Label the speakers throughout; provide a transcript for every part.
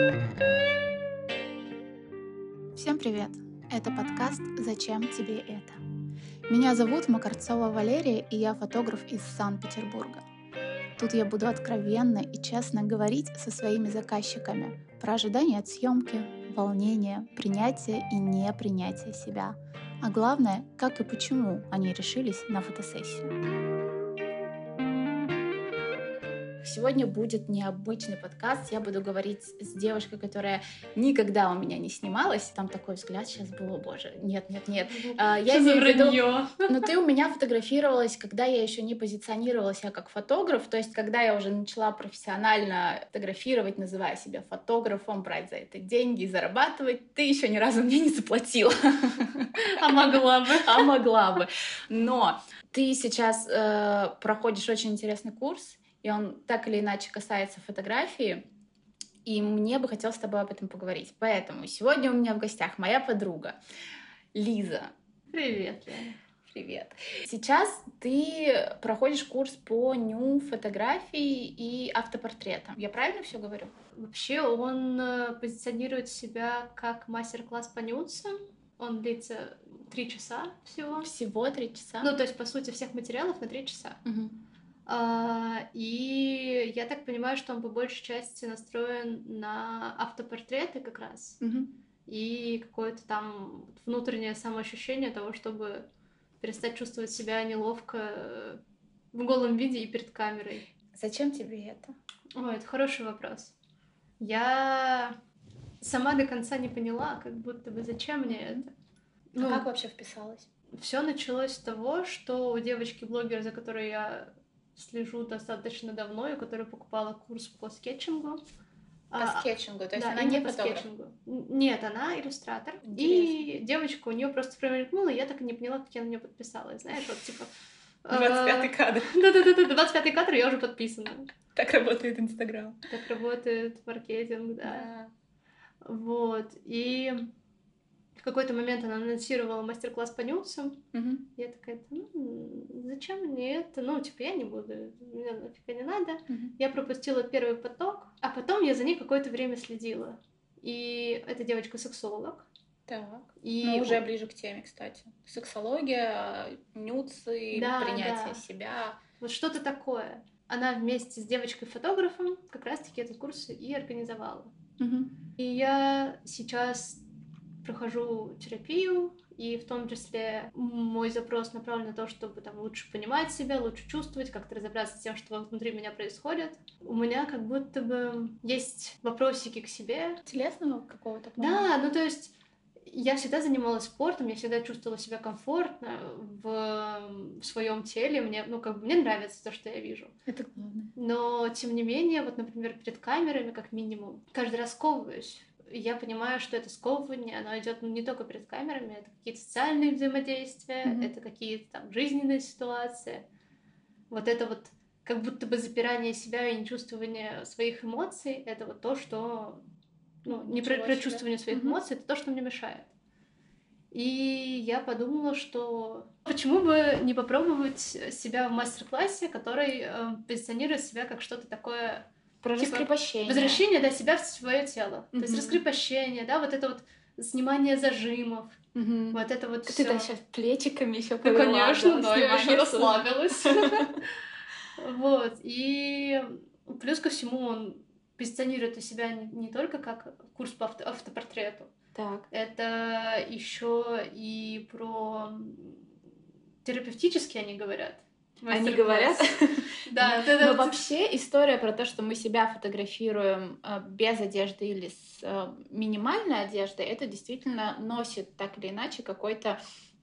Speaker 1: Всем привет! Это подкаст «Зачем тебе это?». Меня зовут Макарцова Валерия, и я фотограф из Санкт-Петербурга. Тут я буду откровенно и честно говорить со своими заказчиками про ожидания от съемки, волнение, принятие и непринятие себя. А главное, как и почему они решились на фотосессию. Сегодня будет необычный подкаст. Я буду говорить с девушкой, которая никогда у меня не снималась. Там такой взгляд сейчас был: о боже, нет. Я имею в виду, но ты у меня фотографировалась, когда я еще не позиционировала себя как фотограф. То есть, когда я уже начала профессионально фотографировать, называя себя фотографом, брать за это деньги и зарабатывать, ты еще ни разу мне не заплатила.
Speaker 2: А могла бы.
Speaker 1: А могла бы. Но ты сейчас проходишь очень интересный курс, и он так или иначе касается фотографии, и мне бы хотелось с тобой об этом поговорить. Поэтому сегодня у меня в гостях моя подруга Лиза.
Speaker 2: Привет, Лена.
Speaker 1: Привет. Сейчас ты проходишь курс по фотографии и автопортретам. Я правильно все говорю?
Speaker 2: Вообще он позиционирует себя как мастер-класс по нюцам. Он длится 3 часа всего.
Speaker 1: Всего 3 часа?
Speaker 2: Ну, то есть, по сути, всех материалов на 3 часа.
Speaker 1: Угу.
Speaker 2: И я так понимаю, что он по большей части настроен на автопортреты как раз.
Speaker 1: Угу.
Speaker 2: И какое-то там внутреннее самоощущение того, чтобы перестать чувствовать себя неловко в голом виде и перед камерой.
Speaker 1: Зачем тебе это?
Speaker 2: Ой, это хороший вопрос. Я сама до конца не поняла, как будто бы зачем мне это.
Speaker 1: А как вообще вписалась?
Speaker 2: Все началось с того, что у девочки-блогера, за которой я слежу достаточно давно, и которая покупала курс по скетчингу.
Speaker 1: По скетчингу, то есть
Speaker 2: да,
Speaker 1: она не
Speaker 2: по
Speaker 1: фотограф?
Speaker 2: скетчингу. Нет, она иллюстратор.
Speaker 1: Интересно.
Speaker 2: И девочка у нее просто промелькнула, и я так и не поняла, как я на нее подписалась. Знаешь, вот типа...
Speaker 1: 25-й кадр.
Speaker 2: Да, 25-й кадр, я уже подписана.
Speaker 1: Так работает Инстаграм.
Speaker 2: Так работает маркетинг, да. Вот. И в какой-то момент она анонсировала мастер-класс по нюцам.
Speaker 1: Угу.
Speaker 2: Я такая: зачем мне это? Я не буду, мне нафига не надо.
Speaker 1: Угу.
Speaker 2: Я пропустила первый поток, а потом я за ней какое-то время следила. И эта девочка-сексолог.
Speaker 1: Так.
Speaker 2: И
Speaker 1: уже ближе к теме, кстати. Сексология, нюцы, принятие себя.
Speaker 2: Вот что-то такое. Она вместе с девочкой-фотографом как раз-таки этот курс и организовала.
Speaker 1: Угу.
Speaker 2: И я сейчас прохожу терапию, и в том числе мой запрос направлен на то, чтобы там лучше понимать себя, лучше чувствовать, как-то разобраться с тем, что внутри меня происходит. У меня как будто бы есть вопросики к себе.
Speaker 1: Телесного какого-то
Speaker 2: плана? Да, то есть я всегда занималась спортом, я всегда чувствовала себя комфортно в своем теле. Мне нравится то, что я вижу.
Speaker 1: Это главное.
Speaker 2: Но, тем не менее, вот, например, перед камерами, как минимум, каждый раз сковываюсь. Я понимаю, что это сковывание, оно идет не только перед камерами, это какие-то социальные взаимодействия, это какие-то там жизненные ситуации. Вот это вот как будто бы запирание себя и нечувствование своих эмоций, это вот то, что... не прочувствование своих эмоций, это то, что мне мешает. И я подумала, что почему бы не попробовать себя в мастер-классе, который позиционирует себя как что-то такое...
Speaker 1: Про раскрепощение.
Speaker 2: Возвращение, себя в свое тело. То есть раскрепощение, вот это вот снимание зажимов. Вот это вот
Speaker 1: Ты там сейчас плечиками еще
Speaker 2: повела. Конечно, да, я еще расслабилась. Вот. И плюс ко всему он позиционирует себя не только как курс по автопортрету.
Speaker 1: Так.
Speaker 2: Это еще и про терапевтически они говорят.
Speaker 1: Они говорят?
Speaker 2: Да.
Speaker 1: Но вообще история про то, что мы себя фотографируем без одежды или с минимальной одеждой, это действительно носит так или иначе какой-то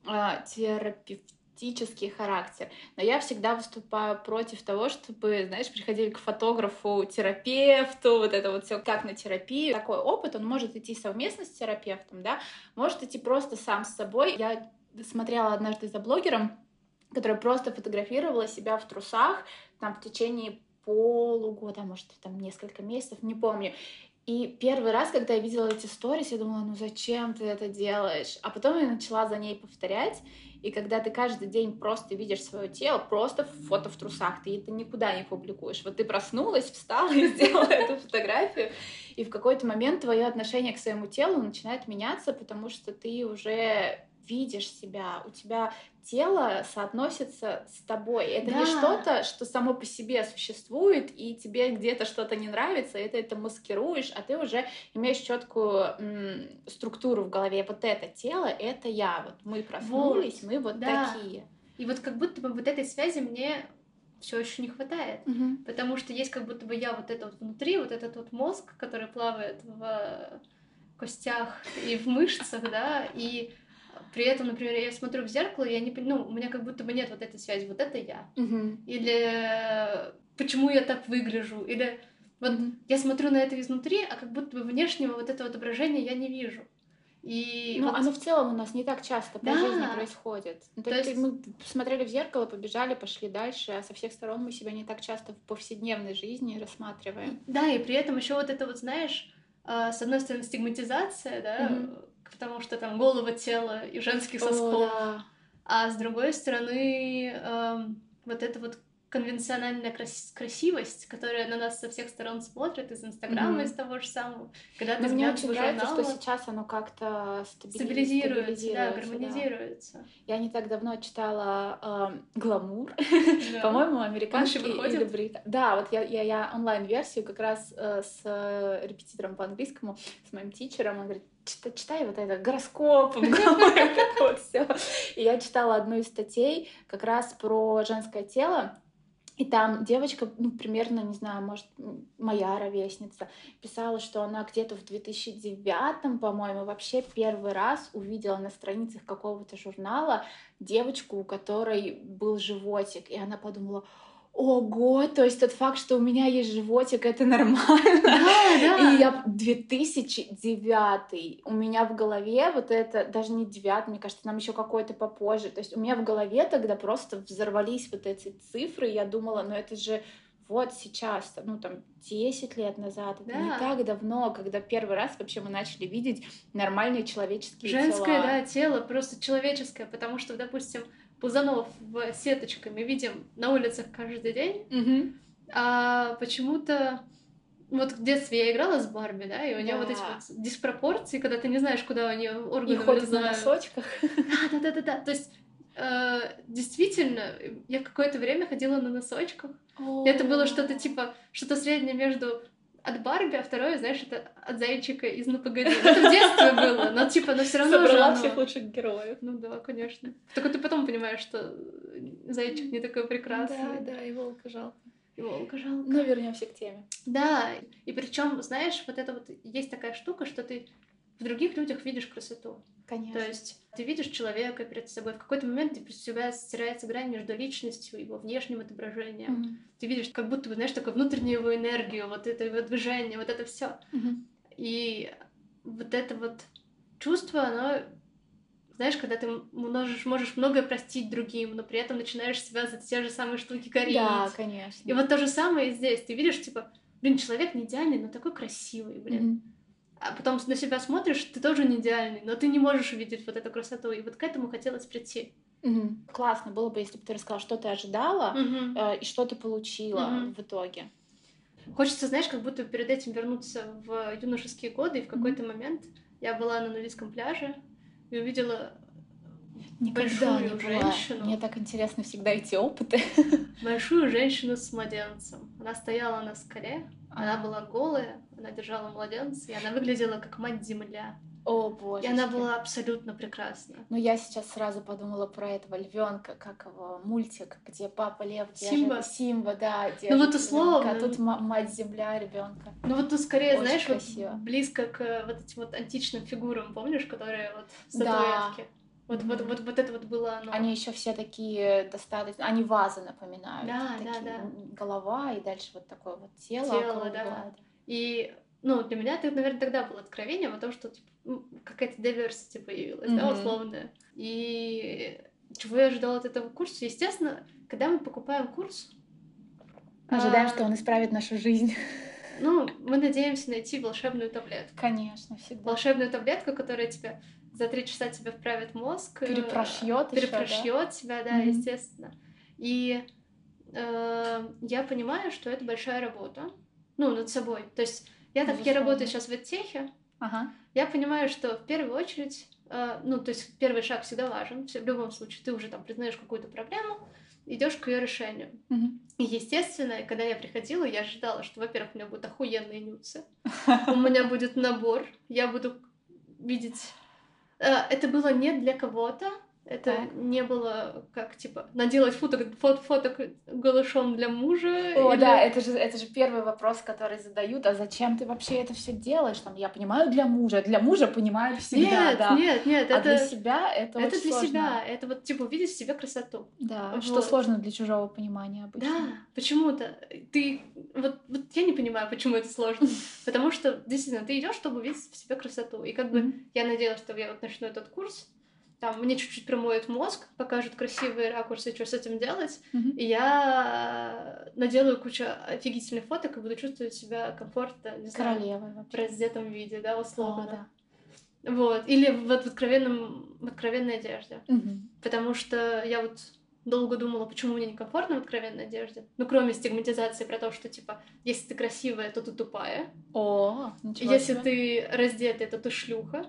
Speaker 1: терапевтический характер. Но я всегда выступаю против того, чтобы, приходили к фотографу, терапевту, вот это вот все как на терапию. Такой опыт, он может идти совместно с терапевтом, может идти просто сам с собой. Я смотрела однажды за блогером, которая просто фотографировала себя в трусах там в течение полугода, может, там несколько месяцев, не помню. И первый раз, когда я видела эти сторис, я думала, ну зачем ты это делаешь? А потом я начала за ней повторять, и когда ты каждый день просто видишь свое тело, просто фото в трусах, ты это никуда не публикуешь. Вот ты проснулась, встала и сделала эту фотографию, и в какой-то момент твое отношение к своему телу начинает меняться, потому что ты уже видишь себя, у тебя тело соотносится с тобой. Это не что-то, что само по себе существует, и тебе где-то что-то не нравится, и ты это маскируешь, а ты уже имеешь четкую структуру в голове. Вот это тело, это я. Вот мы проснулись, мы вот такие.
Speaker 2: И вот как будто бы вот этой связи мне все еще не хватает, потому что есть как будто бы я вот это вот внутри, вот этот вот мозг, который плавает в костях и в мышцах, да, и при этом, например, я смотрю в зеркало, я не понимаю, у меня как будто бы нет вот этой связи, вот это я. Или почему я так выгляжу, или вот я смотрю на это изнутри, а как будто бы внешнего вот этого отображения я не вижу. И
Speaker 1: ну,
Speaker 2: вот...
Speaker 1: оно в целом у нас не так часто по жизни происходит. То есть мы посмотрели в зеркало, побежали, пошли дальше, а со всех сторон мы себя не так часто в повседневной жизни рассматриваем.
Speaker 2: Да, и при этом еще вот это вот, знаешь, с одной стороны, стигматизация, да, потому что там голого тела и женских сосков, а с другой стороны, вот это вот конвенциональная красивость, которая на нас со всех сторон смотрит, из Инстаграма, из того же самого. Когда ты
Speaker 1: мне очень нравится, что сейчас оно как-то
Speaker 2: стабилизируется, да, гармонизируется.
Speaker 1: Я не так давно читала «Гламур», по-моему, американский или британский. Да, вот я онлайн-версию как раз с репетитором по английскому, с моим тичером, он говорит, читай вот это, гороскоп, вот все. И я читала одну из статей как раз про женское тело, и там девочка, ну, примерно, не знаю, может, моя ровесница, писала, что она где-то в 2009, по-моему, вообще первый раз увидела на страницах какого-то журнала девочку, у которой был животик. И она подумала, ого, то есть тот факт, что у меня есть животик, это нормально.
Speaker 2: Да.
Speaker 1: И я 2009, у меня в голове вот это, даже не 9, мне кажется, нам еще какой-то попозже. То есть у меня в голове тогда просто взорвались вот эти цифры, и я думала, ну это же вот сейчас, ну там 10 лет назад, это не так давно, когда первый раз вообще мы начали видеть нормальные человеческие тела.
Speaker 2: Женское, да, тело, просто человеческое, потому что, допустим, пузанов в сеточках мы видим на улицах каждый день, а почему-то... Вот в детстве я играла с Барби, да, и у нее вот эти вот диспропорции, когда ты не знаешь, куда у нее органы
Speaker 1: и ходит на носочках.
Speaker 2: Да. То есть действительно, я какое-то время ходила на носочках. Это было что-то типа, что-то среднее между от Барби, а второе, знаешь, это от зайчика из «Ну, погоди». Это в детстве было, но типа, но все равно
Speaker 1: собрала всех лучших героев.
Speaker 2: Ну да, конечно. Только ты потом понимаешь, что зайчик не такой прекрасный.
Speaker 1: Да, и волка жалко.
Speaker 2: Ну,
Speaker 1: вернемся к теме.
Speaker 2: Да, и причем, знаешь, вот это вот есть такая штука, что ты в других людях видишь красоту.
Speaker 1: Конечно.
Speaker 2: То есть ты видишь человека перед собой, в какой-то момент у тебя стирается грань между личностью и его внешним отображением. Ты видишь как будто бы, знаешь, такую внутреннюю его энергию, вот это его движение, вот это все. И вот это вот чувство, оно, знаешь, когда ты можешь многое простить другим, но при этом начинаешь себя за те же самые штуки корить.
Speaker 1: Да, конечно.
Speaker 2: И вот то же самое и здесь. Ты видишь, типа, блин, человек не идеальный, но такой красивый, блин. А потом на себя смотришь, ты тоже не идеальный, но ты не можешь увидеть вот эту красоту. И вот к этому хотелось прийти.
Speaker 1: Классно было бы, если бы ты рассказала, что ты ожидала и что ты получила в итоге.
Speaker 2: Хочется, знаешь, как будто перед этим вернуться в юношеские годы, и в какой-то момент я была на нудистском пляже и увидела большую женщину.
Speaker 1: Мне так интересно всегда эти опыты.
Speaker 2: Большую женщину с младенцем. Она стояла на скале, она была голая, она держала младенца, и она выглядела как мать-земля.
Speaker 1: О, боже.
Speaker 2: И она была абсолютно прекрасна.
Speaker 1: Ну, я сейчас сразу подумала про этого львенка, как его мультик, где папа лев держит. Симба, да, держит.
Speaker 2: Ну вот условно.
Speaker 1: А тут мать-земля ребенка.
Speaker 2: Ну вот тут скорее,
Speaker 1: очень
Speaker 2: знаешь,
Speaker 1: красиво.
Speaker 2: Вот близко к вот этим вот античным фигурам, помнишь, которые вот статуэтки. Да. Вот это вот было оно.
Speaker 1: Они еще все такие достаточно... Они вазы напоминают.
Speaker 2: Да.
Speaker 1: Голова и дальше вот такое вот тело.
Speaker 2: Тело, да. И, ну, для меня это, наверное, тогда было откровением о том, что типа, какая-то diversity появилась, да, условная. И чего я ожидала от этого курса? Естественно, когда мы покупаем курс...
Speaker 1: Ожидаем, что он исправит нашу жизнь.
Speaker 2: Ну, мы надеемся найти волшебную таблетку.
Speaker 1: Конечно, всегда.
Speaker 2: Волшебную таблетку, которая тебя за 3 часа тебя вправит в мозг.
Speaker 1: Перепрошьет
Speaker 2: тебя, да, естественно. И я понимаю, что это большая работа. Ну, над собой. То есть я работаю сейчас в эдтехе. Я понимаю, что в первую очередь, то есть первый шаг всегда важен. В любом случае, ты уже там признаешь какую-то проблему, идешь к ее решению. И, естественно, когда я приходила, я ожидала, что, во-первых, у меня будут охуенные нюцы, у меня будет набор, я буду видеть... Это было не для кого-то, это не было как, типа, наделать фоток голышом для мужа.
Speaker 1: О, да, это же первый вопрос, который задают. А зачем ты вообще это все делаешь? Там, я понимаю, для мужа понимаю всегда.
Speaker 2: Нет.
Speaker 1: А для себя это очень
Speaker 2: для
Speaker 1: сложно.
Speaker 2: себя. Это вот, типа, увидеть в себе красоту.
Speaker 1: Да, вот. Что сложно для чужого понимания обычно.
Speaker 2: Да, почему-то. Вот я не понимаю, почему это сложно. Потому что, действительно, ты идешь, чтобы увидеть в себе красоту. И как бы я надеялась, что я вот начну этот курс, там мне чуть-чуть промоют мозг, покажут красивые ракурсы, что с этим делать, и я наделаю кучу офигительных фоток и буду чувствовать себя комфортно, не знаю, в раздетом виде, да, условно. Да. Вот. Или вот в откровенной одежде. Потому что я вот долго думала, почему мне некомфортно в откровенной одежде. Ну, кроме стигматизации про то, что, типа, если ты красивая, то ты тупая. Если ты раздетая, то ты шлюха.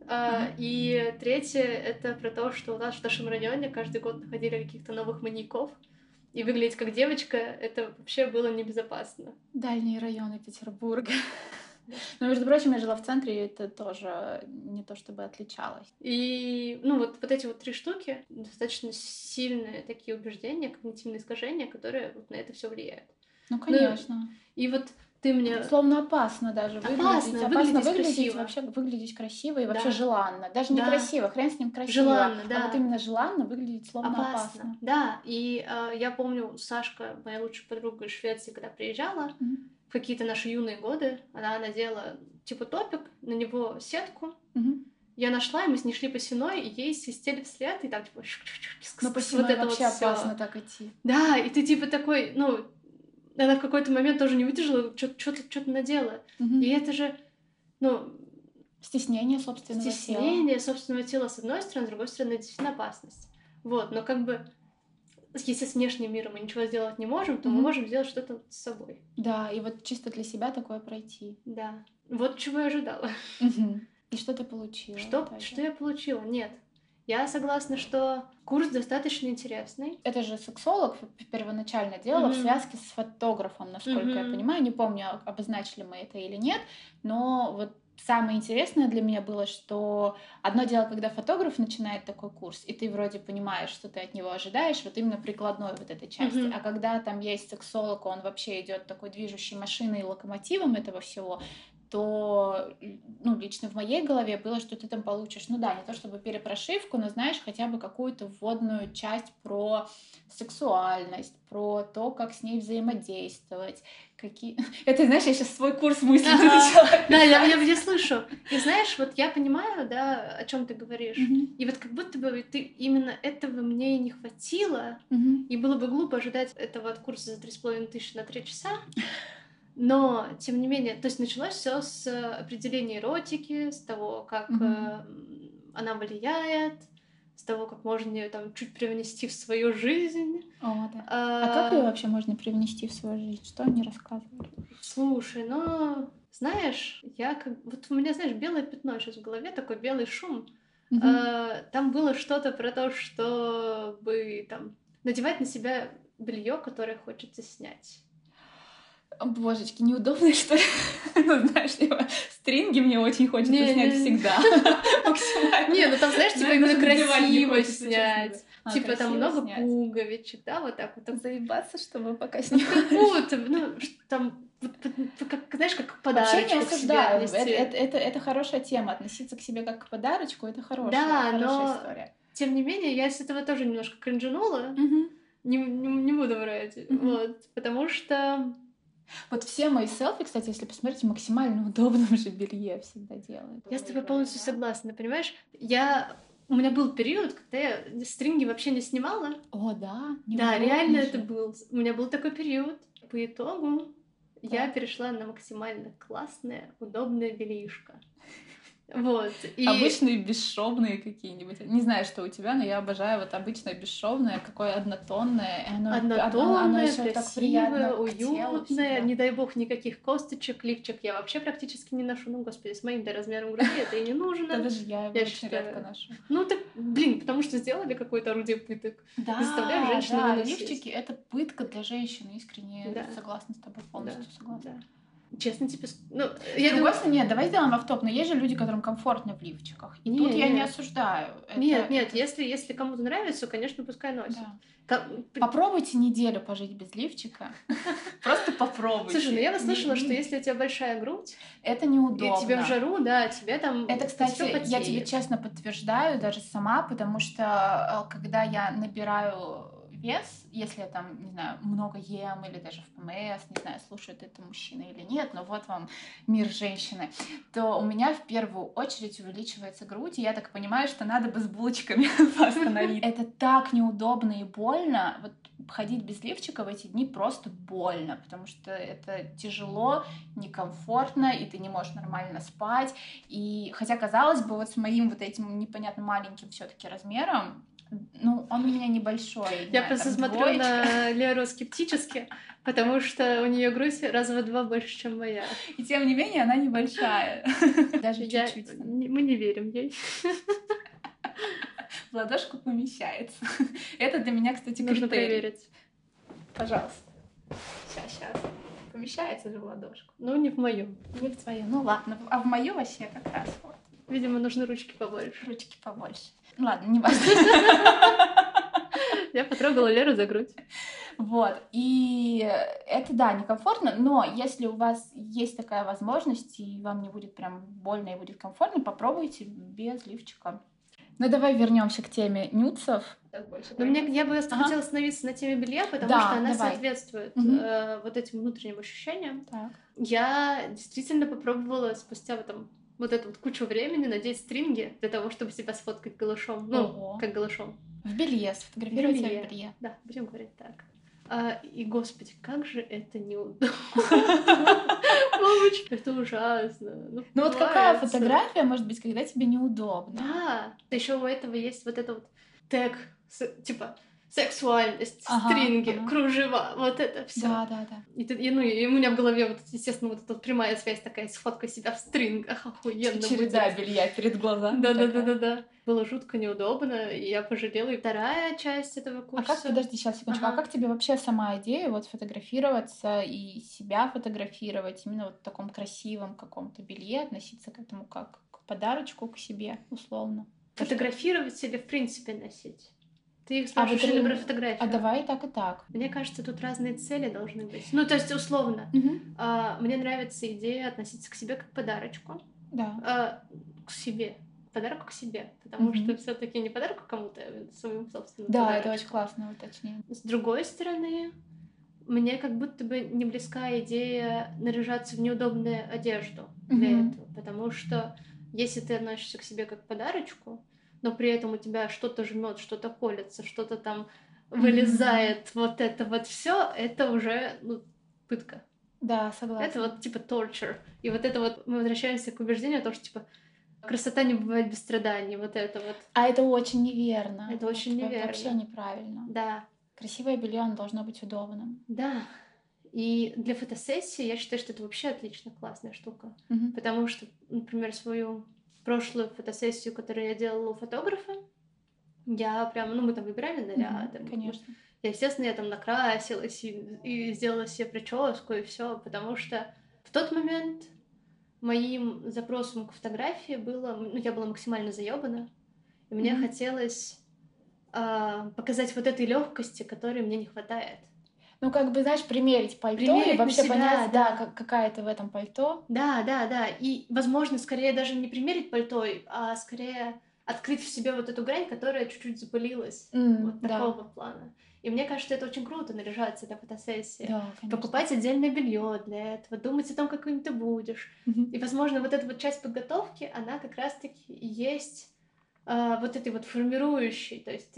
Speaker 2: И третье, это про то, что у нас в нашем районе каждый год находили каких-то новых маньяков, и выглядеть как девочка, это вообще было небезопасно.
Speaker 1: Дальние районы Петербурга. Но, между прочим, я жила в центре, и это тоже не то чтобы отличалось.
Speaker 2: И, вот эти вот 3 штуки, достаточно сильные такие убеждения, когнитивные искажения, которые вот на это все влияют.
Speaker 1: Ну, конечно.
Speaker 2: И вот ты мне...
Speaker 1: Словно опасно даже выглядеть. Опасно выглядеть красиво. Вообще выглядеть красиво и вообще желанно. Даже не красиво, хрен с ним красиво.
Speaker 2: Желанно, да.
Speaker 1: А вот именно желанно выглядеть словно опасно.
Speaker 2: Да, и я помню, Сашка, моя лучшая подруга из Швеции, когда приезжала, в какие-то наши юные годы, она надела типа топик, на него сетку. Я нашла, и мы с ней шли по Сеной, и ей свистели вслед, и там типа...
Speaker 1: Ну, по Сеной вообще опасно так идти.
Speaker 2: Да, и ты типа такой, она в какой-то момент тоже не выдержала, что-то надела. И это же,
Speaker 1: стеснение собственного
Speaker 2: тела, с одной стороны, с другой стороны, это действительно опасность. Вот, но как бы, если с внешним миром мы ничего сделать не можем, то мы можем сделать что-то с собой.
Speaker 1: Да, и вот чисто для себя такое пройти.
Speaker 2: Да, вот чего я ожидала.
Speaker 1: И что ты получила?
Speaker 2: Что я получила? Нет. Я согласна, что курс достаточно интересный.
Speaker 1: Это же сексолог первоначально делала в связке с фотографом, насколько я понимаю. Не помню, обозначили мы это или нет, но вот самое интересное для меня было, что одно дело, когда фотограф начинает такой курс, и ты вроде понимаешь, что ты от него ожидаешь, вот именно прикладной вот этой части. А когда там есть сексолог, он вообще идет такой движущей машиной и локомотивом этого всего, то, лично в моей голове было, что ты там получишь, не то чтобы перепрошивку, но, знаешь, хотя бы какую-то вводную часть про сексуальность, про то, как с ней взаимодействовать. Это, знаешь, я сейчас свой курс мысли начала.
Speaker 2: Да, я слышу. И знаешь, вот я понимаю, да, о чем ты говоришь. И вот как будто бы именно этого мне и не хватило, и было бы глупо ожидать этого от курса за 3500 на 3 часа. Но, тем не менее, то есть началось все с определения эротики, с того, как она влияет, с того, как можно ее там чуть привнести в свою жизнь.
Speaker 1: О, да. А как ее вообще можно привнести в свою жизнь? Что они рассказывали?
Speaker 2: Слушай, знаешь, вот у меня, знаешь, белое пятно сейчас в голове, такой белый шум. Там было что-то про то, чтобы там надевать на себя белье, которое хочется снять.
Speaker 1: Божечки, неудобно, что ли? Знаешь, стринги мне очень хочется снять всегда.
Speaker 2: Не, там, знаешь, типа именно красиво снять. Типа там много пуговичек, да, вот так вот.
Speaker 1: Заебаться, чтобы пока снимать.
Speaker 2: Там, знаешь, как подарочку.
Speaker 1: Вообще не осуждаю. Это хорошая тема. Относиться к себе как к подарочку, это хорошая история.
Speaker 2: Тем не менее, я с этого тоже немножко кринжанула. Не буду врать. Вот, потому что...
Speaker 1: Вот все мои селфи, кстати, если посмотреть, в максимально удобном же белье всегда делают.
Speaker 2: Я с тобой полностью согласна, понимаешь? У меня был период, когда я стринги вообще не снимала.
Speaker 1: О, да?
Speaker 2: Да, реально это был. У меня был такой период. По итогу Я перешла на максимально классное, удобное бельишко. Вот. И...
Speaker 1: Обычные бесшовные какие-нибудь. Не знаю, что у тебя, но я обожаю вот обычное бесшовное, какое однотонное.
Speaker 2: Однотонное, красивое,
Speaker 1: уютное.
Speaker 2: Не дай бог никаких косточек, лифчик я вообще практически не ношу. Ну, господи, с моим размером груди это и не нужно.
Speaker 1: Даже я его очень редко ношу.
Speaker 2: Ну, так, блин, потому что сделали какое-то орудие пыток.
Speaker 1: Да,
Speaker 2: заставляют женщину выносить.
Speaker 1: Лифчики — это пытка для женщин, искренне согласна с тобой, полностью согласна.
Speaker 2: Да. Честно тебе...
Speaker 1: Ну, я думаю, нет, давай сделаем автоп, но есть же люди, которым комфортно в лифчиках. И тут я не осуждаю.
Speaker 2: Нет, если кому-то нравится, конечно, пускай носит.
Speaker 1: Да. Попробуйте неделю пожить без лифчика. Просто попробуйте.
Speaker 2: Слушай, ну я слышала, что если у тебя большая грудь...
Speaker 1: Это неудобно.
Speaker 2: И тебе в жару, да, тебе там...
Speaker 1: Это, кстати, я тебе честно подтверждаю даже сама, потому что когда я набираю вес, если я там, не знаю, много ем или даже в ПМС, не знаю, слушают это мужчины или нет, но вот вам мир женщины, то у меня в первую очередь увеличивается грудь, и я так понимаю, что надо бы с булочками остановиться. Это так неудобно и больно. Вот ходить без лифчика в эти дни просто больно, потому что это тяжело, некомфортно, и ты не можешь нормально спать. И хотя, казалось бы, вот с моим вот этим непонятно маленьким все-таки размером, ну, он у меня небольшой.
Speaker 2: Я просто смотрю на Леру скептически, потому что у нее грудь раза в 2 больше, чем моя.
Speaker 1: И тем не менее она небольшая. Даже чуть-чуть.
Speaker 2: Мы не верим ей.
Speaker 1: В ладошку помещается. Это для меня, кстати,
Speaker 2: нужно проверить.
Speaker 1: Пожалуйста. Сейчас. Помещается же в ладошку.
Speaker 2: Ну, не в мою.
Speaker 1: Не в твою. Ну ладно. А в мою вообще как раз вот.
Speaker 2: Видимо, нужны ручки побольше.
Speaker 1: Ручки побольше. Ну ладно, не важно.
Speaker 2: Я потрогала Леру за грудь.
Speaker 1: Вот. И это, да, некомфортно, но если у вас есть такая возможность, и вам не будет прям больно и будет комфортно, попробуйте без лифчика. Ну, давай вернемся к теме нюдсов.
Speaker 2: Но я бы хотела остановиться на теме белья, потому что она соответствует вот этим внутренним ощущениям.
Speaker 1: Так.
Speaker 2: Я действительно попробовала спустя вот эту вот кучу времени надеть стринги для того, чтобы себя сфоткать голышом. Ну, как голышом.
Speaker 1: В белье, сфотографировать себя в белье.
Speaker 2: Да, будем говорить так. И, господи, как же это неудобно. Мамочка, это ужасно.
Speaker 1: Ну вот какая фотография может быть, когда тебе неудобно?
Speaker 2: Да. Еще у этого есть вот это вот тег, типа сексуальность, стринги, кружева, вот это все.
Speaker 1: Да.
Speaker 2: И у меня в голове вот, естественно, вот эта прямая связь такая с фоткой себя в стрингах, охуенно.
Speaker 1: Череда белья перед глазами.
Speaker 2: Да. Было жутко неудобно, и я пожалела. И вторая часть этого курса...
Speaker 1: Подожди, сейчас, секундочку. А как тебе вообще сама идея вот фотографироваться и себя фотографировать именно вот в таком красивом каком-то белье, относиться к этому как к подарочку к себе, условно?
Speaker 2: Фотографировать или в принципе носить? Ты их спрашиваешь или про фотографию?
Speaker 1: А давай и так.
Speaker 2: Мне кажется, тут разные цели должны быть. Ну, то есть, условно, мне нравится идея относиться к себе как к подарочку.
Speaker 1: Да.
Speaker 2: К себе. Подарок к себе. Потому что все-таки не подарок кому-то, а своему собственному
Speaker 1: Да,
Speaker 2: подарочку.
Speaker 1: это очень классное уточнение.
Speaker 2: С другой стороны, мне как будто бы не близка идея наряжаться в неудобную одежду для этого. Потому что если ты относишься к себе как к подарочку, но при этом у тебя что-то жмет, что-то колется, что-то там вылезает, вот это вот все, это уже пытка.
Speaker 1: Да, согласна.
Speaker 2: Это вот типа torture. И вот это вот мы возвращаемся к убеждению о том, что типа красота не бывает без страданий, вот это вот.
Speaker 1: А это очень неверно.
Speaker 2: Это очень неверно.
Speaker 1: Вообще неправильно.
Speaker 2: Да.
Speaker 1: Красивое белье, оно должно быть удобным.
Speaker 2: Да. И для фотосессии я считаю, что это вообще отлично классная штука. Потому что, например, свою прошлую фотосессию, которую я делала у фотографа, я прям, мы там выбирали наряды.
Speaker 1: Конечно.
Speaker 2: Естественно, я там накрасилась и сделала себе прическу и все, потому что в тот момент моим запросом к фотографии было, я была максимально заёбана, и мне хотелось показать вот этой легкости, которой мне не хватает.
Speaker 1: Ну, как бы, знаешь, примерить пальто и вообще понять, какая ты в этом пальто.
Speaker 2: Да. И, возможно, скорее даже не примерить пальто, а скорее открыть в себе вот эту грань, которая чуть-чуть запылилась. Вот такого плана. И мне кажется, это очень круто наряжаться для фотосессии.
Speaker 1: Да,
Speaker 2: покупать отдельное белье для этого, думать о том, каким ты будешь. И, возможно, вот эта вот часть подготовки, она как раз-таки и есть вот этой вот формирующей. То есть ты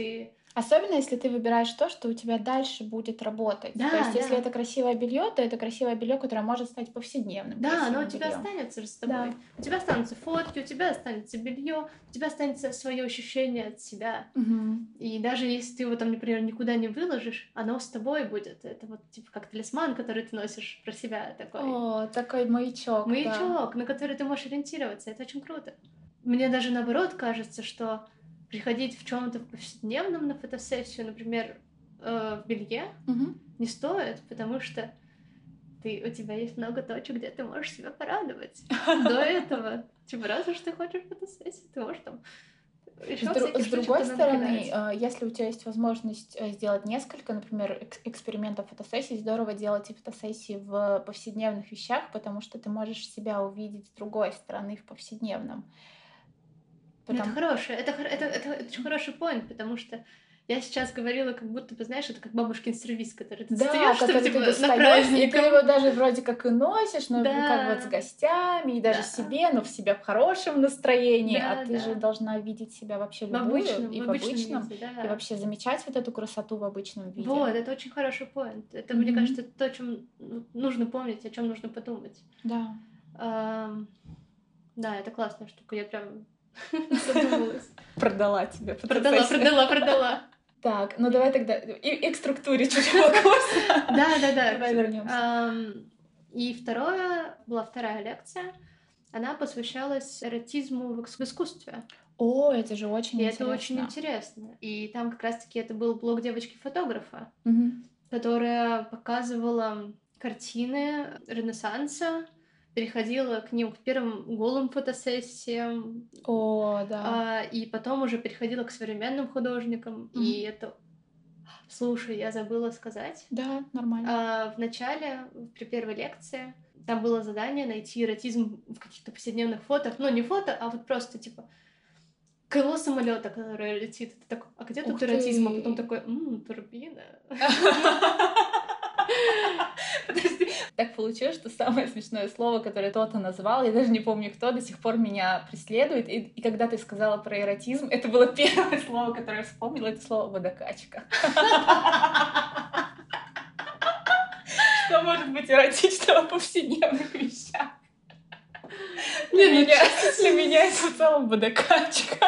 Speaker 1: Особенно, если ты выбираешь то, что у тебя дальше будет работать.
Speaker 2: Да,
Speaker 1: То есть, если
Speaker 2: да.
Speaker 1: это красивое белье, то это красивое белье, которое может стать повседневным
Speaker 2: Да, оно у
Speaker 1: красивым
Speaker 2: тебя
Speaker 1: бельем.
Speaker 2: останется же с
Speaker 1: Да.
Speaker 2: тобой. У тебя останутся фотки, у тебя останется белье, у тебя останется свое ощущение от себя.
Speaker 1: Мгм.
Speaker 2: И даже если ты его там, например, никуда не выложишь, оно с тобой будет. Это вот типа как талисман, который ты носишь про себя такой.
Speaker 1: О, такой маячок, да.
Speaker 2: Маячок, на который ты можешь ориентироваться. Это очень круто. Мне даже наоборот кажется, что приходить в чем-то повседневном на фотосессию, например, в белье,
Speaker 1: Мгм.
Speaker 2: не стоит, потому что у тебя есть много точек, где ты можешь себя порадовать. До этого, типа, раз уж ты хочешь фотосессию, ты можешь там еще всяких
Speaker 1: С
Speaker 2: штучек
Speaker 1: другой стороны,
Speaker 2: понакидать.
Speaker 1: если у тебя есть возможность сделать несколько, например, экспериментов фотосессий, здорово делать и фотосессии в повседневных вещах, потому что ты можешь себя увидеть с другой стороны в повседневном.
Speaker 2: Это хорошее, это очень хороший поинт, потому что я сейчас говорила, как будто бы, знаешь, это как бабушкин сервиз, который ты достаёшь,
Speaker 1: который
Speaker 2: типа,
Speaker 1: ты
Speaker 2: на
Speaker 1: достаешь,
Speaker 2: праздник.
Speaker 1: и ты его даже вроде как и носишь, но как вот с
Speaker 2: Да,
Speaker 1: гостями, и даже
Speaker 2: да,
Speaker 1: себе, но в себя в хорошем настроении, а
Speaker 2: да,
Speaker 1: ты же
Speaker 2: да.
Speaker 1: должна видеть себя вообще
Speaker 2: В
Speaker 1: любую, и в
Speaker 2: обычном
Speaker 1: обычном,
Speaker 2: виде,
Speaker 1: и
Speaker 2: да.
Speaker 1: вообще замечать вот эту красоту в обычном виде.
Speaker 2: Вот, это очень хороший поинт. Это, мне
Speaker 1: Мгм.
Speaker 2: кажется, то, о чем нужно помнить, о чем нужно подумать.
Speaker 1: Да.
Speaker 2: Да, это классная штука, я прям задумалась.
Speaker 1: Продала тебе
Speaker 2: Продала,
Speaker 1: фотосессию.
Speaker 2: продала.
Speaker 1: Так, ну давай тогда и к структуре чуть вопроса.
Speaker 2: Да.
Speaker 1: Давай вернемся.
Speaker 2: И была вторая лекция. Она посвящалась эротизму в искусстве.
Speaker 1: О, это же очень
Speaker 2: И
Speaker 1: интересно.
Speaker 2: это очень интересно. И там как раз-таки это был блог девочки-фотографа,
Speaker 1: Мгм.
Speaker 2: которая показывала картины Ренессанса, переходила к ним, к первым голым фотосессиям,
Speaker 1: О, да.
Speaker 2: и потом уже переходила к современным художникам. И
Speaker 1: Мгм.
Speaker 2: это... Слушай, я забыла сказать.
Speaker 1: Да, нормально.
Speaker 2: В начале, при первой лекции, там было задание найти эротизм в каких-то повседневных фото. Ну, не фото, а вот просто, типа, крыло самолета, которое летит. Ты такой, а где
Speaker 1: Ух
Speaker 2: тут эротизм? А потом
Speaker 1: ты.
Speaker 2: такой, турбина.
Speaker 1: Подожди. Так получилось, что самое смешное слово, которое кто-то назвал, я даже не помню кто, до сих пор меня преследует. И когда ты сказала про эротизм, это было первое слово, которое я вспомнила, это слово «водокачка». Что может быть эротичного в повседневных вещах? Для меня это в целом водокачка.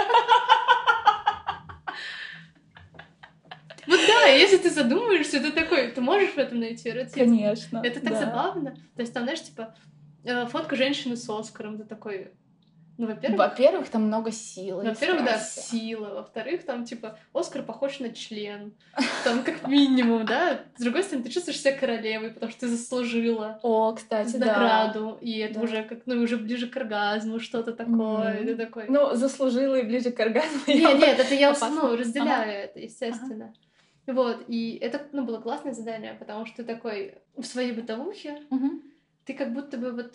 Speaker 2: Вот да, если ты задумаешься, ты такой, ты можешь в этом найти эротизм?
Speaker 1: Конечно.
Speaker 2: Это так забавно. То есть там, знаешь, типа, фотка женщины с Оскаром, ты такой... Ну,
Speaker 1: во-первых, там много силы.
Speaker 2: Во-первых, да, сила. Во-вторых, там, типа, Оскар похож на член. Там, как минимум, да. С другой стороны, ты чувствуешь себя королевой, потому что ты заслужила
Speaker 1: кстати,
Speaker 2: награду. И это
Speaker 1: да.
Speaker 2: уже как, уже ближе к оргазму, что-то такое. И ты такой...
Speaker 1: Ну, заслужила и ближе к оргазму.
Speaker 2: Нет, это я разделяю это, естественно. Вот, и это, было классное задание, потому что ты такой в своей бытовухе, ты как будто бы вот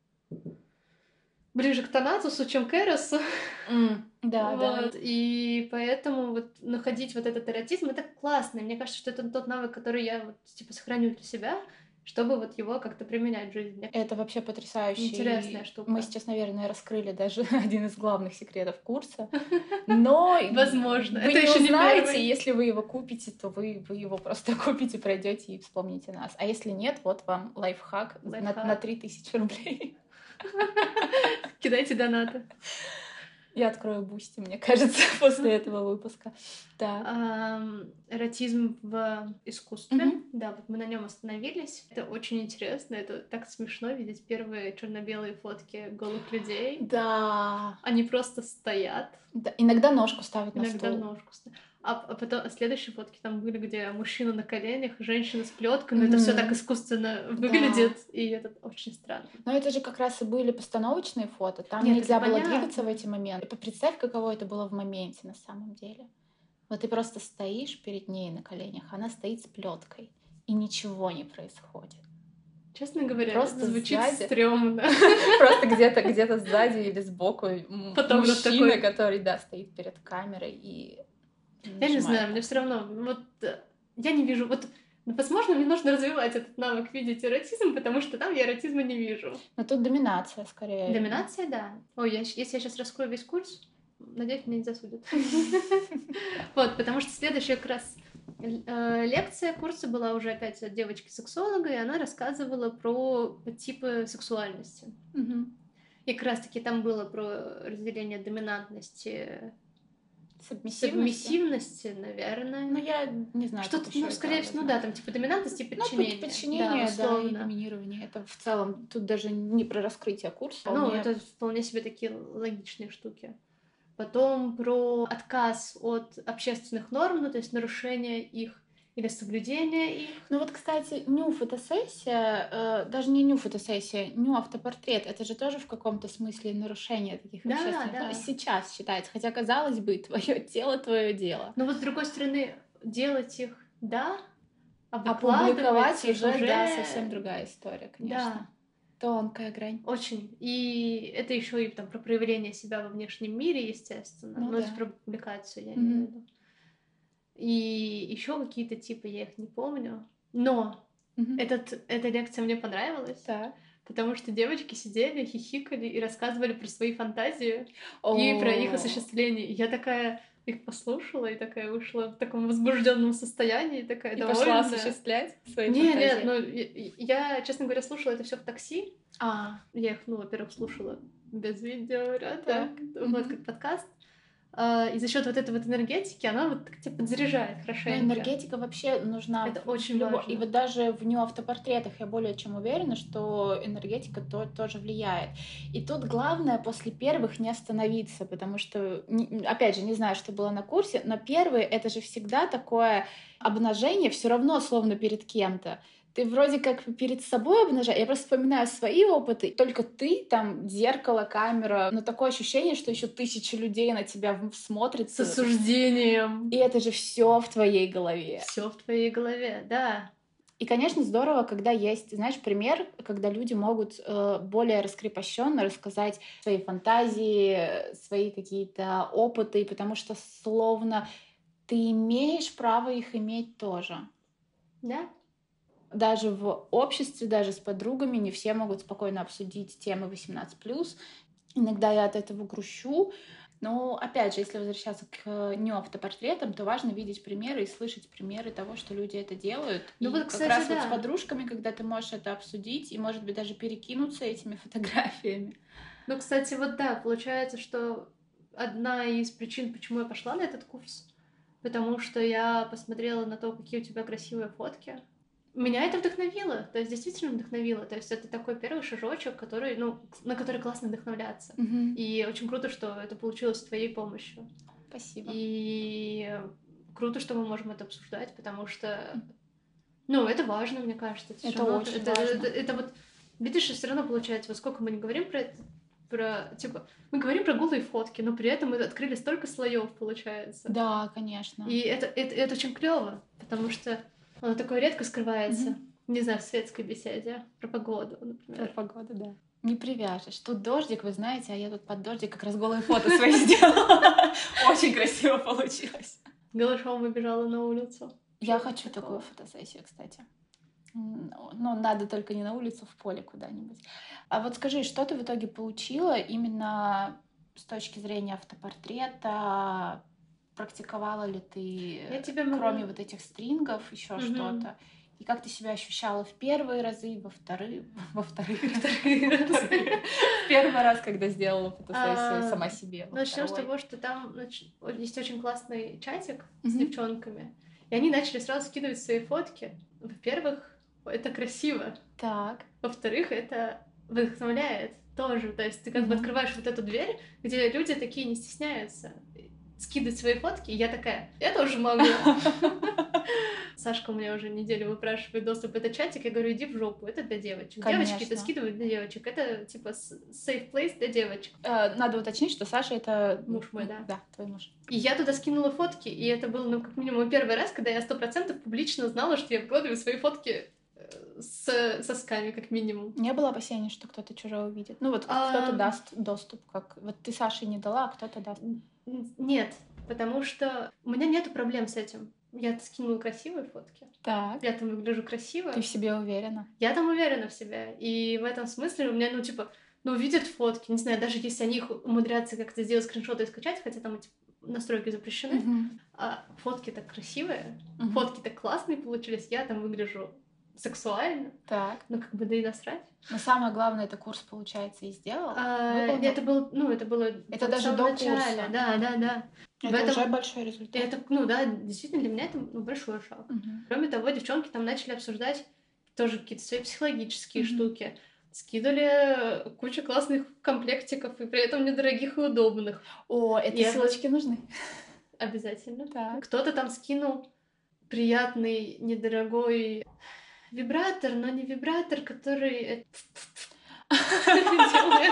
Speaker 2: ближе к Танатусу, чем к Эросу.
Speaker 1: Да.
Speaker 2: И поэтому вот находить вот этот эротизм, это классно. И мне кажется, что это тот навык, который я вот, типа, сохраню для себя, чтобы вот его как-то применять в жизни.
Speaker 1: Это вообще потрясающе.
Speaker 2: Интересная штука.
Speaker 1: Мы сейчас, наверное, раскрыли даже один из главных секретов курса. Но
Speaker 2: возможно,
Speaker 1: вы не узнаете, если вы его купите, то вы его просто купите, пройдете и вспомните нас. А если нет, вот вам лайфхак. На 3000 рублей.
Speaker 2: Кидайте донаты.
Speaker 1: Я открою Бусти, мне кажется, после этого выпуска.
Speaker 2: Эротизм в искусстве. Да, вот мы на нем остановились. Это очень интересно. Это так смешно видеть первые черно-белые фотки голых людей.
Speaker 1: Да.
Speaker 2: Они просто стоят.
Speaker 1: Да. Иногда ножку ставят на стул.
Speaker 2: Иногда ножку ставят. А потом следующие фотки там были, где мужчина на коленях, женщина с плеткой, но это все так искусственно выглядит, и это очень странно.
Speaker 1: Но это же как раз и были постановочные фото, там нельзя было двигаться в эти моменты. Представь, каково это было в моменте на самом деле. Вот ты просто стоишь перед ней на коленях, она стоит с плеткой, и ничего не происходит.
Speaker 2: Честно говоря,
Speaker 1: просто
Speaker 2: звучит стрёмно.
Speaker 1: Просто где-то сзади или сбоку мужчина, который, стоит перед камерой и...
Speaker 2: Я не знаю, мне все равно, вот я не вижу, вот, возможно, мне нужно развивать этот навык видеть эротизм, потому что там я эротизма не вижу.
Speaker 1: Но тут доминация скорее.
Speaker 2: Доминация, да. Ой, если я сейчас раскрою весь курс, надеюсь, меня не засудят. Вот, потому что следующая как раз лекция курса была уже опять от девочки-сексолога, и она рассказывала про типы сексуальности. И как раз-таки там было про разделение доминантности, сабмиссивности, наверное.
Speaker 1: Ну, я не знаю,
Speaker 2: что-то, ну, скорее всего, ну да, там типа доминантность и подчинение.
Speaker 1: Ну, подчинение, да, и доминирование. Это в целом, тут даже не про раскрытие курса.
Speaker 2: Ну, это вполне себе такие логичные штуки. Потом про отказ от общественных норм, ну, то есть нарушение их или соблюдение их.
Speaker 1: Ну вот, кстати, ню-фотосессия, даже не ню-фотосессия, ню-автопортрет, это же тоже в каком-то смысле нарушение таких общественных норм. Сейчас считается, хотя, казалось бы, твое тело, твое дело.
Speaker 2: Но вот с другой стороны, делать их, да,
Speaker 1: опубликовать уже, да, совсем другая история, конечно. Да. Тонкая грань.
Speaker 2: Очень. И это еще и там про проявление себя во внешнем мире, естественно.
Speaker 1: Ну,
Speaker 2: но
Speaker 1: да.
Speaker 2: это про публикацию, я имею в виду. И еще какие-то типы, я их не помню. Но эта лекция мне понравилась.
Speaker 1: Да.
Speaker 2: Потому что девочки сидели, хихикали и рассказывали про свои фантазии и про их осуществление. И я такая их послушала и такая вышла в таком возбужденном состоянии, такая довольная.
Speaker 1: И пошла осуществлять свои фантазии?
Speaker 2: Нет, ну я, честно говоря, слушала это все в такси. Я их, ну, во-первых, слушала без видеоряда, вот как подкаст. И за счет вот этой вот энергетики она вот тебя подзаряжает хорошенько.
Speaker 1: Но энергетика вообще нужна.
Speaker 2: Это очень важно.
Speaker 1: И вот даже в ню-автопортретах я более чем уверена, что энергетика тоже влияет. И тут главное после первых не остановиться, потому что, опять же, не знаю, что было на курсе, но первые — это же всегда такое обнажение все равно словно перед кем-то. Ты вроде как перед собой обнажаешь. Я просто вспоминаю свои опыты. Только ты, там, зеркало, камера. Но такое ощущение, что еще 1000 людей на тебя смотрят.
Speaker 2: С осуждением.
Speaker 1: И это же все в твоей голове.
Speaker 2: Все в твоей голове, да.
Speaker 1: И, конечно, здорово, когда есть, знаешь, пример, когда люди могут более раскрепощенно рассказать свои фантазии, свои какие-то опыты, потому что словно ты имеешь право их иметь тоже.
Speaker 2: Да.
Speaker 1: Даже в обществе, даже с подругами не все могут спокойно обсудить темы 18+. Иногда я от этого грущу. Но, опять же, если возвращаться к ню-автопортретам, то важно видеть примеры и слышать примеры того, что люди это делают.
Speaker 2: Ну,
Speaker 1: и
Speaker 2: вот,
Speaker 1: как
Speaker 2: кстати,
Speaker 1: раз
Speaker 2: да.
Speaker 1: вот с подружками, когда ты можешь это обсудить и, может быть, даже перекинуться этими фотографиями.
Speaker 2: Ну, кстати, вот да, получается, что одна из причин, почему я пошла на этот курс, потому что я посмотрела на то, какие у тебя красивые фотки. Меня это вдохновило, то есть действительно вдохновило. То есть это такой первый шажочек, который, ну, на который классно вдохновляться. И очень круто, что это получилось с твоей помощью.
Speaker 1: Спасибо.
Speaker 2: И круто, что мы можем это обсуждать, потому что, ну, это важно, мне кажется.
Speaker 1: Это очень важно.
Speaker 2: Это вот, видишь, все равно получается, вот сколько мы не говорим про это, типа, мы говорим про голые фотки, но при этом мы открыли столько слоев, получается.
Speaker 1: Да, конечно.
Speaker 2: И это очень клево, потому что оно такое редко скрывается. Не знаю, в светской беседе. Про погоду, например.
Speaker 1: Про погоду, да. Не привяжешь. Тут дождик, вы знаете, а я тут под дождик как раз голые фото свои сделала. Очень красиво получилось.
Speaker 2: Голышом выбежала на улицу.
Speaker 1: Я хочу такую фотосессию, кстати. Но надо только не на улицу, в поле куда-нибудь. А вот скажи, что ты в итоге получила именно с точки зрения автопортрета? Практиковала ли ты, кроме вот этих стрингов, еще что-то? И как ты себя ощущала в первые разы, во вторые разы? В первый раз, когда сделала фотосессию сама себе.
Speaker 2: Начнем с того, что там есть очень классный чатик с девчонками, и они начали сразу скидывать свои фотки. Во-первых, это красиво.
Speaker 1: Так.
Speaker 2: Во-вторых, это вдохновляет тоже. То есть ты как бы открываешь вот эту дверь, где люди такие не стесняются скидывать свои фотки, и я такая, я тоже могу. Сашка у меня уже неделю выпрашивает доступ в этот чатик, я говорю, иди в жопу, это для девочек.
Speaker 1: Конечно.
Speaker 2: Девочки это скидывают для девочек, это типа safe place для девочек.
Speaker 1: Надо уточнить, что Саша — это
Speaker 2: муж мой, да.
Speaker 1: Да, твой муж. И
Speaker 2: я туда скинула фотки, и это был, ну, как минимум, первый раз, когда я 100% публично знала, что я выкладываю свои фотки с сосками, как минимум.
Speaker 1: Не было опасений, что кто-то чужой увидит? Ну вот кто-то даст доступ, как... Вот ты Саше не дала, а кто-то даст.
Speaker 2: Нет, потому что у меня нету проблем с этим. Я скинула красивые фотки.
Speaker 1: Так.
Speaker 2: Я там выгляжу красиво.
Speaker 1: Ты в себе уверена?
Speaker 2: Я там уверена в себе. И в этом смысле у меня, ну, типа, ну, видят фотки, не знаю, даже если они их умудряются как-то сделать скриншоты и скачать, хотя там эти настройки запрещены, а фотки так красивые, фотки так классные получились, я там выгляжу сексуально.
Speaker 1: Так.
Speaker 2: Ну, как бы, да и насрать.
Speaker 1: Но самое главное, это курс, получается, и сделал?
Speaker 2: Это было
Speaker 1: это даже до курса.
Speaker 2: Да.
Speaker 1: Это уже большой результат.
Speaker 2: Это, ну да, действительно, для меня это большой шаг. Кроме того, девчонки там начали обсуждать тоже какие-то свои психологические штуки. Скидывали кучу классных комплектиков, и при этом недорогих и удобных.
Speaker 1: О, эти ссылочки нужны.
Speaker 2: Обязательно.
Speaker 1: Так.
Speaker 2: Кто-то там скинул приятный, недорогой вибратор, но не вибратор, который делает.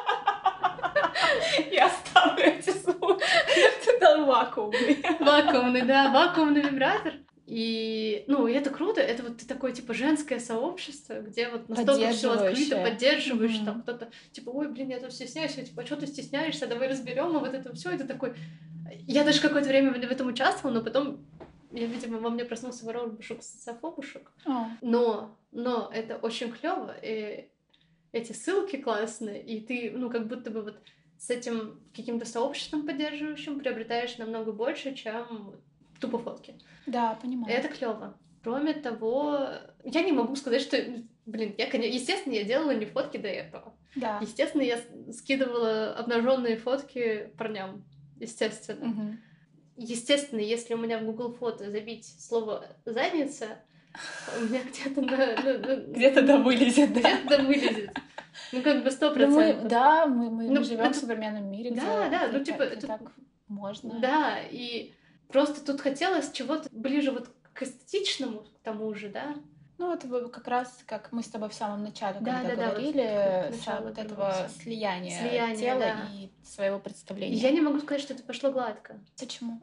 Speaker 1: Я оставлю эти звуки. Это вакуумный.
Speaker 2: Вакуумный вибратор. И, ну, и это круто, это вот ты такое, типа, женское сообщество, где вот настолько все открыто, поддерживаешь, там кто-то, типа, ой, блин, я тут стесняюсь, типа, а что ты стесняешься, давай разберем, а вот это все, это такой... Я даже какое-то время в этом участвовала, но потом, видимо, во мне проснулся воробушек социофобушек. Но это очень клево, и эти ссылки классные, и ты, ну, как будто бы вот с этим каким-то сообществом поддерживающим приобретаешь намного больше, чем тупо фотки.
Speaker 1: Да, понимаю.
Speaker 2: Это клево. Кроме того, я не могу сказать, что... Блин, естественно, я делала не фотки до этого.
Speaker 1: Да.
Speaker 2: Естественно, я скидывала обнаженные фотки парням. Естественно. Естественно, если у меня в Google фото забить слово «задница», у меня где-то
Speaker 1: где-то да вылезет.
Speaker 2: Где-то да вылезет. Ну, как бы 100%.
Speaker 1: Да, мы живем в современном мире, где
Speaker 2: ну, типа, это
Speaker 1: так можно.
Speaker 2: Да, и просто тут хотелось чего-то ближе вот к эстетичному, к тому же, да?
Speaker 1: Ну, это как раз, как мы с тобой в самом начале, когда говорили, вот этого слияния тела и своего представления.
Speaker 2: Я не могу сказать, что это пошло гладко.
Speaker 1: Почему?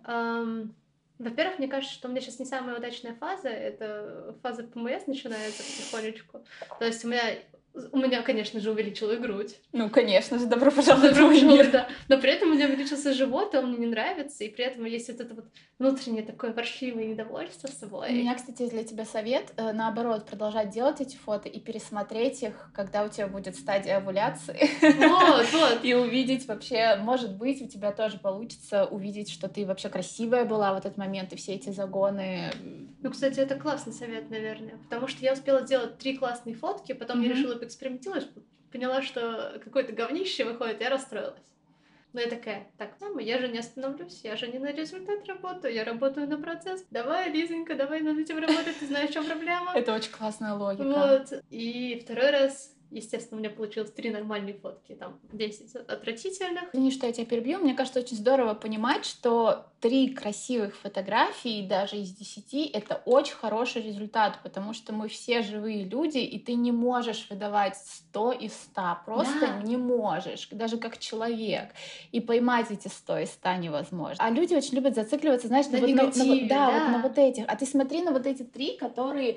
Speaker 2: Во-первых, мне кажется, что у меня сейчас не самая удачная фаза, это фаза ПМС начинается потихонечку. То есть у меня, конечно же, увеличила грудь.
Speaker 1: Ну, конечно же, добро пожаловать.
Speaker 2: Да. Но при этом у меня увеличился живот, и он мне не нравится, и при этом есть вот это вот внутреннее такое ворчливое недовольство собой.
Speaker 1: У меня, кстати, есть для тебя совет, наоборот, продолжать делать эти фото и пересмотреть их, когда у тебя будет стадия овуляции.
Speaker 2: Вот.
Speaker 1: И увидеть вообще, может быть, у тебя тоже получится увидеть, что ты вообще красивая была в этот момент, и все эти загоны.
Speaker 2: Ну, кстати, это классный совет, наверное, потому что я успела сделать 3 классные фотки, потом я решила поэкспериментировать, поняла, что какое-то говнище выходит, я расстроилась. Но я такая, так, мама, я же не остановлюсь, я же не на результат работаю, я работаю на процесс. Давай, Лизонька, давай над этим работать, ты знаешь, в чем проблема?
Speaker 1: Это очень классная логика.
Speaker 2: Вот. И второй раз, естественно, у меня получилось 3 нормальные фотки, там 10 отвратительных.
Speaker 1: Извини, что я тебя перебью. Мне кажется, очень здорово понимать, что 3 красивых фотографии даже из 10 — это очень хороший результат, потому что мы все живые люди, и ты не можешь выдавать 100 из 100, просто не можешь, даже как человек. И поймать эти 100 из 100 невозможно. А люди очень любят зацикливаться, знаешь,
Speaker 2: на негативе,
Speaker 1: вот на вот этих. А ты смотри на вот эти 3, которые...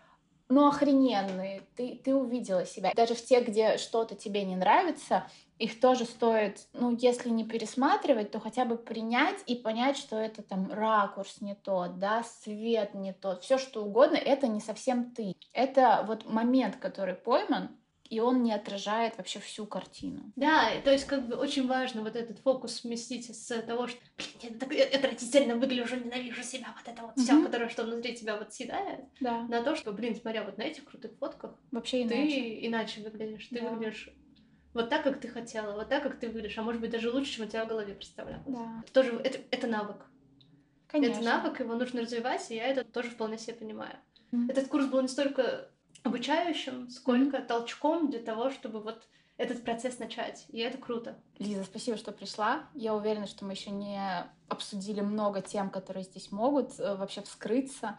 Speaker 1: Ну, охрененные, ты увидела себя. Даже в тех, где что-то тебе не нравится, их тоже стоит, ну, если не пересматривать, то хотя бы принять и понять, что это там ракурс не тот, да, свет не тот, все что угодно, это не совсем ты. Это вот момент, который пойман, и он не отражает вообще всю картину.
Speaker 2: Да, то есть как бы очень важно вот этот фокус сместить с того, что блин, я так отвратительно выгляжу, ненавижу себя, вот это вот все, которое что внутри тебя вот съедает, на то, что, блин, смотря вот на этих крутых фотках,
Speaker 1: вообще
Speaker 2: ты иначе выглядишь, ты выглядишь вот так, как ты хотела, вот так, как ты выглядишь, а может быть даже лучше, чем у тебя в голове представлялось.
Speaker 1: Да.
Speaker 2: Тоже это навык.
Speaker 1: Конечно.
Speaker 2: Это навык, его нужно развивать, и я это тоже вполне себе понимаю. Этот курс был не столько обучающим, сколько толчком для того, чтобы вот этот процесс начать. И это круто.
Speaker 1: Лиза, спасибо, что пришла. Я уверена, что мы еще не обсудили много тем, которые здесь могут вообще вскрыться,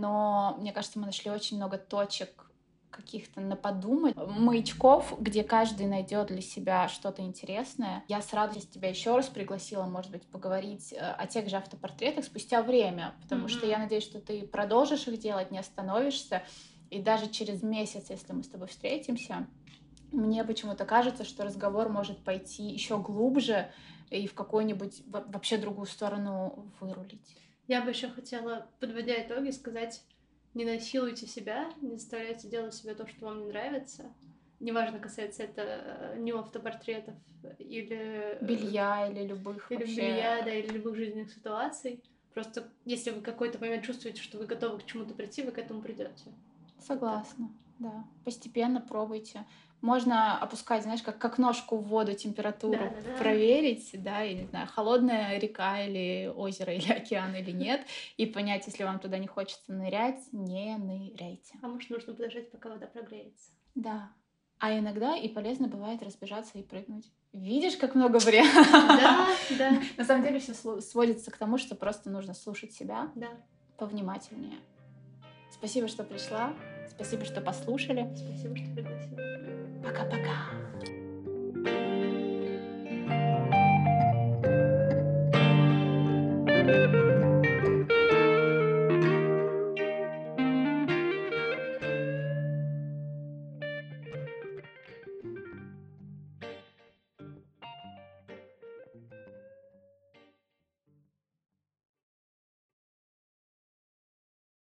Speaker 1: но мне кажется, мы нашли очень много точек каких-то на подумать, маячков, где каждый найдет для себя что-то интересное. Я с радостью тебя еще раз пригласила, может быть, поговорить о тех же автопортретах спустя время, потому что я надеюсь, что ты продолжишь их делать, не остановишься, и даже через месяц, если мы с тобой встретимся, мне почему-то кажется, что разговор может пойти еще глубже и в какую-нибудь вообще другую сторону вырулить.
Speaker 2: Я бы еще хотела, подводя итоги, сказать: не насилуйте себя, не заставляйте делать себе то, что вам не нравится. Неважно, касается это не автопортретов или
Speaker 1: белья или любых
Speaker 2: или
Speaker 1: вообще...
Speaker 2: белья, да, или любых жизненных ситуаций. Просто если вы в какой-то момент чувствуете, что вы готовы к чему-то прийти, вы к этому придете.
Speaker 1: Согласна, да. Постепенно пробуйте. Можно опускать, знаешь, как ножку в воду температуру
Speaker 2: Да.
Speaker 1: проверить, да, я не знаю, холодная река или озеро, или океан, или нет, и понять, если вам туда не хочется нырять, не ныряйте.
Speaker 2: А может, нужно подождать, пока вода прогреется.
Speaker 1: Да. А иногда и полезно бывает разбежаться и прыгнуть. Видишь, как много вариантов?
Speaker 2: Да.
Speaker 1: На самом деле все сводится к тому, что просто нужно слушать себя
Speaker 2: Да.
Speaker 1: повнимательнее. Спасибо, что пришла. Спасибо, что послушали.
Speaker 2: Спасибо, что пригласила.
Speaker 1: Пока-пока.